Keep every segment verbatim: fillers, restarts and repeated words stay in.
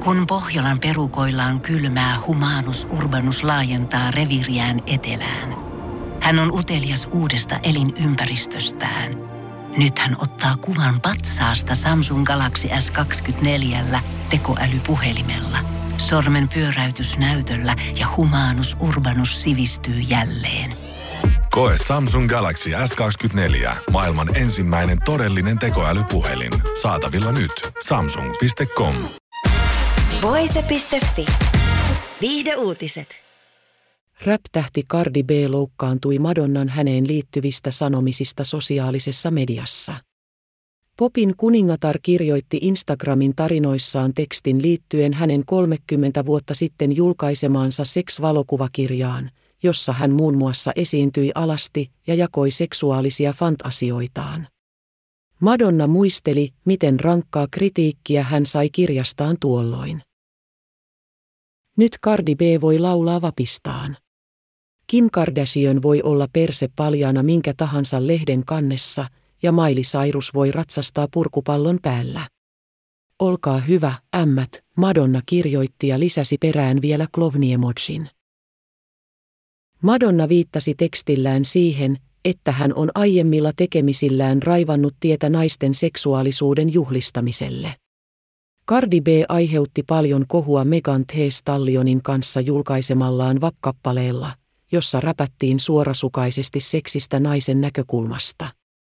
Kun Pohjolan perukoillaan kylmää, Humanus Urbanus laajentaa reviiriään etelään. Hän on utelias uudesta elinympäristöstään. Nyt hän ottaa kuvan patsaasta Samsung Galaxy S kaksikymmentäneljä tekoälypuhelimella. Sormen pyöräytys näytöllä ja Humanus Urbanus sivistyy jälleen. Koe Samsung Galaxy S kaksikymmentäneljä, maailman ensimmäinen todellinen tekoälypuhelin. Saatavilla nyt. samsung piste com. Voise piste fi. Viihdeuutiset. Rap-tähti Cardi B loukkaantui Madonnan häneen liittyvistä sanomisista sosiaalisessa mediassa. Popin kuningatar kirjoitti Instagramin tarinoissaan tekstin liittyen hänen kolmekymmentä vuotta sitten julkaisemaansa Sex-valokuvakirjaan, jossa hän muun muassa esiintyi alasti ja jakoi seksuaalisia fantasioitaan. Madonna muisteli, miten rankkaa kritiikkiä hän sai kirjastaan tuolloin. Nyt Cardi B voi laulaa vapistaan. Kim Kardashian voi olla perse paljaana minkä tahansa lehden kannessa, ja Miley Cyrus voi ratsastaa purkupallon päällä. Olkaa hyvä, ämmät, Madonna kirjoitti ja lisäsi perään vielä klovniemojin. Madonna viittasi tekstillään siihen, että hän on aiemmilla tekemisillään raivannut tietä naisten seksuaalisuuden juhlistamiselle. Cardi B aiheutti paljon kohua Megan Thee Stallionin kanssa julkaisemallaan V A P-kappaleella, jossa räpättiin suorasukaisesti seksistä naisen näkökulmasta.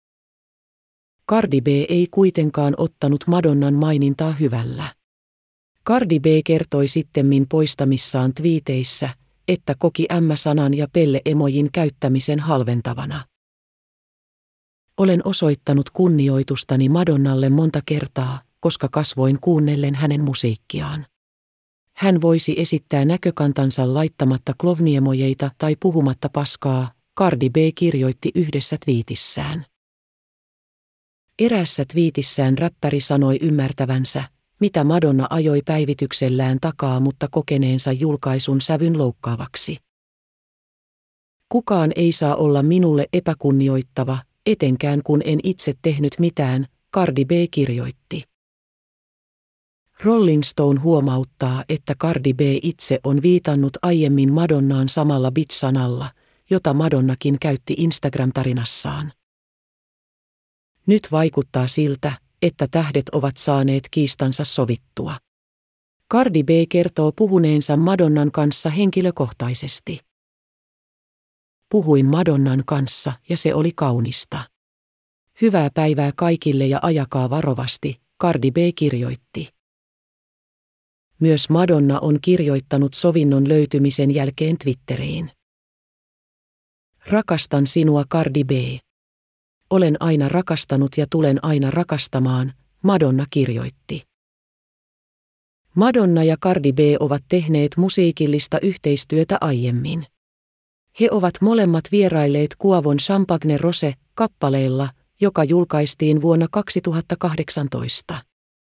Cardi B ei kuitenkaan ottanut Madonnan mainintaa hyvällä. Cardi B kertoi sittemmin poistamissaan twiiteissä, että koki ämmä-sanan ja pelle-emojin käyttämisen halventavana. Olen osoittanut kunnioitustani Madonnalle monta kertaa, koska kasvoin kuunnellen hänen musiikkiaan. Hän voisi esittää näkökantansa laittamatta klovniemojeita tai puhumatta paskaa, Cardi B kirjoitti yhdessä twiitissään. Eräässä twiitissään räppäri sanoi ymmärtävänsä, mitä Madonna ajoi päivityksellään takaa, mutta kokeneensa julkaisun sävyn loukkaavaksi. Kukaan ei saa olla minulle epäkunnioittava, etenkään kun en itse tehnyt mitään, Cardi B kirjoitti. Rolling Stone huomauttaa, että Cardi B itse on viitannut aiemmin Madonnaan samalla bitch-sanalla, jota Madonnakin käytti Instagram-tarinassaan. Nyt vaikuttaa siltä, että tähdet ovat saaneet kiistansa sovittua. Cardi B kertoo puhuneensa Madonnan kanssa henkilökohtaisesti. Puhuin Madonnan kanssa ja se oli kaunista. Hyvää päivää kaikille ja ajakaa varovasti, Cardi B kirjoitti. Myös Madonna on kirjoittanut sovinnon löytymisen jälkeen Twitteriin. Rakastan sinua, Cardi B. Olen aina rakastanut ja tulen aina rakastamaan, Madonna kirjoitti. Madonna ja Cardi B ovat tehneet musiikillista yhteistyötä aiemmin. He ovat molemmat vierailleet Quavon Champagne Rose-kappaleella, joka julkaistiin vuonna kaksituhattakahdeksantoista.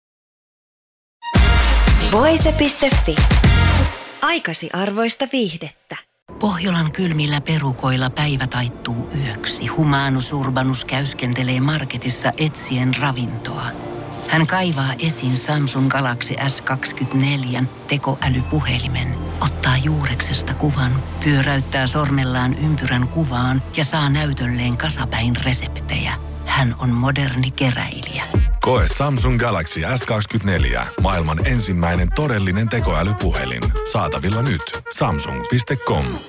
Voise piste fi. Aikasi arvoista viihdettä. Pohjolan kylmillä perukoilla päivä taittuu yöksi. Humanus Urbanus käyskentelee marketissa etsien ravintoa. Hän kaivaa esiin Samsung Galaxy S kaksikymmentäneljä tekoälypuhelimen, ottaa juureksesta kuvan, pyöräyttää sormellaan ympyrän kuvaan ja saa näytölleen kasapäin reseptejä. Hän on moderni keräilijä. Koe Samsung Galaxy S kaksikymmentäneljä, maailman ensimmäinen todellinen tekoälypuhelin. Saatavilla nyt. samsung piste com.